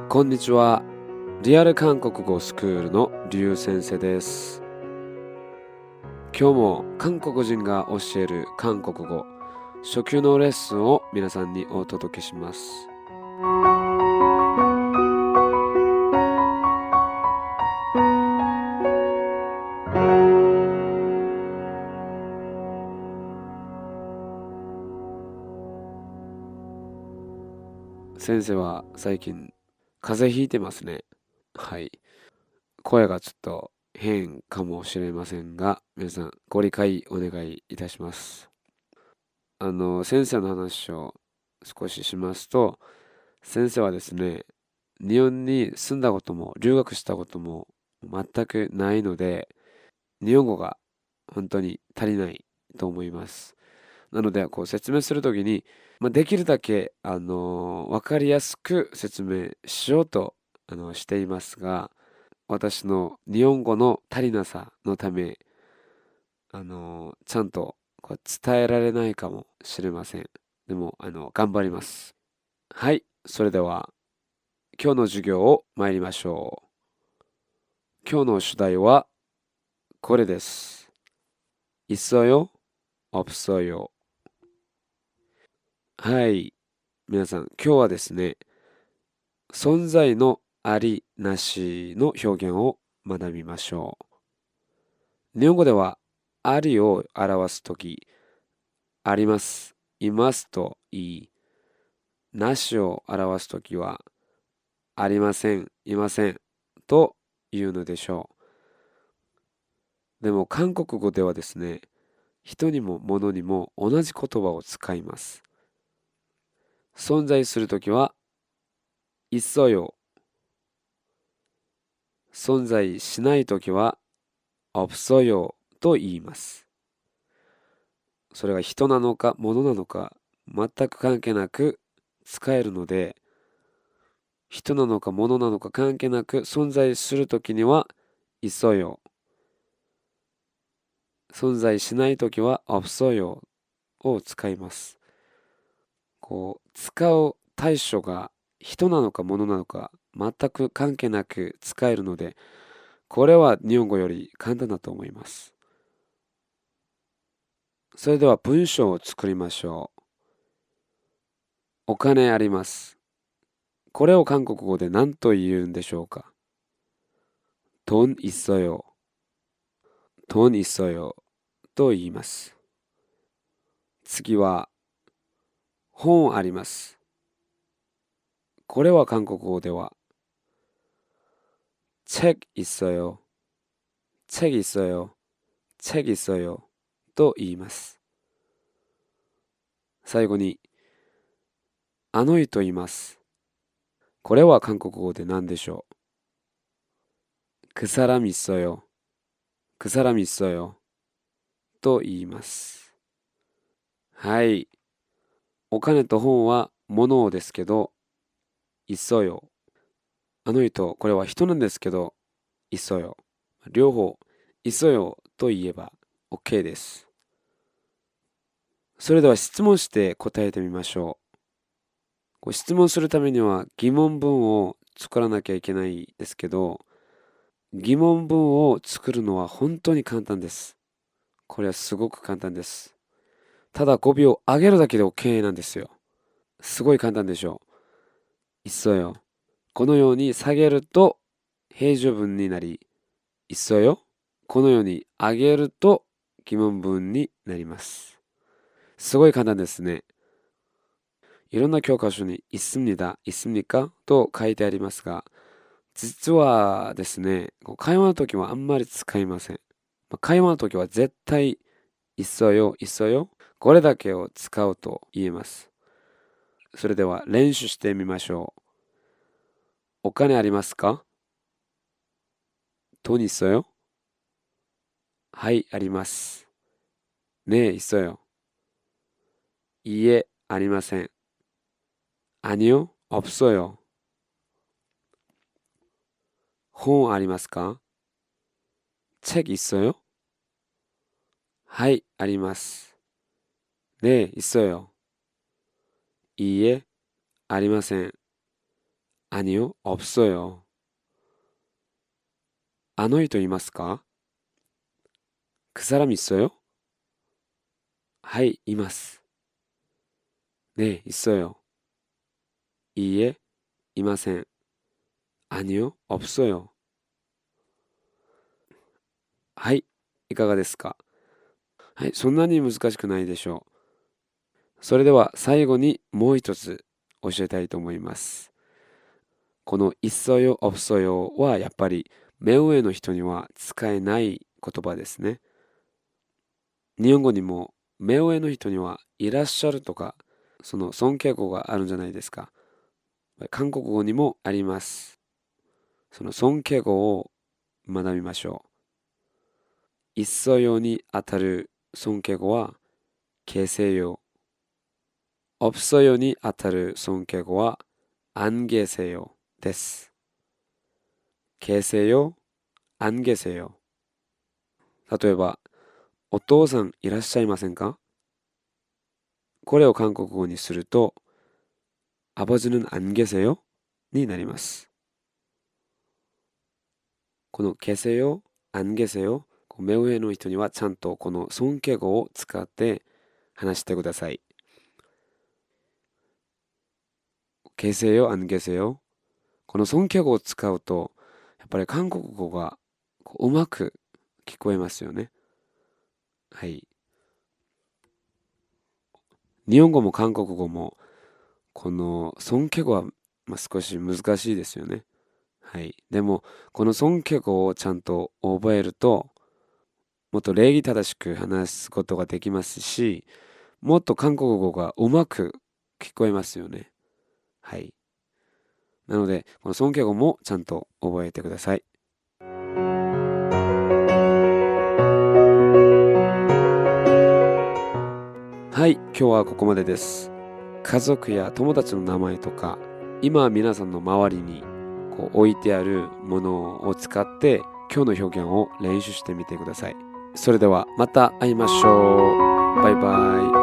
こんにちは。リアル韓国語スクールのリュウ先生です。今日も韓国人が教える韓国語初級のレッスンを皆さんにお届けします。先生は最近風邪ひいてますね。はい。声がちょっと変かもしれませんが、皆さんご理解お願いいたします。先生の話を少ししますと、先生はですね、日本に住んだことも留学したことも全くないので、日本語が本当に足りないと思います。なので、説明するときに、できるだけ、わかりやすく説明しようと、していますが、私の日本語の足りなさのため、ちゃんと伝えられないかもしれません。でも、頑張ります。はい。それでは、今日の授業を参りましょう。今日の主題はこれです。있어요? 없어요? はい。皆さん、今日はですね、存在のありなしの表現を学びましょう。日本語では、ありを表すとき、あります、いますと言い、なしを表すときは、ありません、いませんと言うのでしょう。でも、韓国語ではですね、人にも物にも同じ言葉を使います。存在するときは、있어요。存在しないときは、없어요と言います。それが人なのか物なのか全く関係なく使えるので、人なのか物なのか関係なく存在するときには、있어요。存在しないときは、없어요を使います。使う対象が人なのか物なのか全く関係なく使えるので、これは日本語より簡単だと思います。それでは文章を作りましょう。お金あります。これを韓国語で何と言うんでしょうか。돈 있어요。돈 있어요と言います。次は本あります。これは韓国語では책 있어요。책 있어요。책 있어요と言います。最後にあの人います。これは韓国語で何でしょう。그 사람 있어요。그 사람 있어요と言います。はい。お金と本は物ですけど、있어요。あの人、これは人なんですけど、있어요。両方、있어요と言えば OK です。それでは質問して答えてみましょう。質問するためには疑問文を作らなきゃいけないですけど、疑問文を作るのは本当に簡単です。これはすごく簡単です。ただ語尾を上げるだけで OK なんですよ。すごい簡単でしょう。있어요。このように下げると平常文になり、있어요。このように上げると疑問文になります。すごい簡単ですね。いろんな教科書に있습니다、있습니까と書いてありますが、実はですね、会話の時はあんまり使いません。会話の時は絶対있어요、있어요。これだけを使うと言えます。それでは練習してみましょう。お金ありますか？돈 있어요？はい、あります。네、 있어요。いいえ、ありません。아니요、 없어요。本ありますか？책 있어요？はい、あります。네、 있어요。いいえ、ありません。 아니요, 없어요. あの人いますか？ 그 사람 있어요? はい、います。네, 있어요. いいえ、いません。아니요, 없어요. はい、いかがですか？はい、そんなに難しくないでしょう。それでは最後にもう一つ教えたいと思います。この있어요、없어요はやっぱり目上の人には使えない言葉ですね。日本語にも目上の人にはいらっしゃるとか、その尊敬語があるんじゃないですか。韓国語にもあります。その尊敬語を学びましょう。있어요にあたる尊敬語は계세요。없어요にあたる尊敬語は안 계세요です。계세요、안 계세요。例えば、お父さんいらっしゃいませんか？これを韓国語にすると、아버지는 안 계세요?になります。この계세요、안 계세요、目上の人にはちゃんとこの尊敬語を使って話してください。계세요、안 계세요？この尊敬語を使うと、やっぱり韓国語がうまく聞こえますよね。はい。日本語も韓国語も、この尊敬語は少し難しいですよね。はい。でも、この尊敬語をちゃんと覚えると、もっと礼儀正しく話すことができますし、もっと韓国語がうまく聞こえますよね。はい。なので、この尊敬語もちゃんと覚えてください。はい、今日はここまでです。家族や友達の名前とか、今皆さんの周りに置いてあるものを使って今日の表現を練習してみてください。それではまた会いましょう。バイバイ。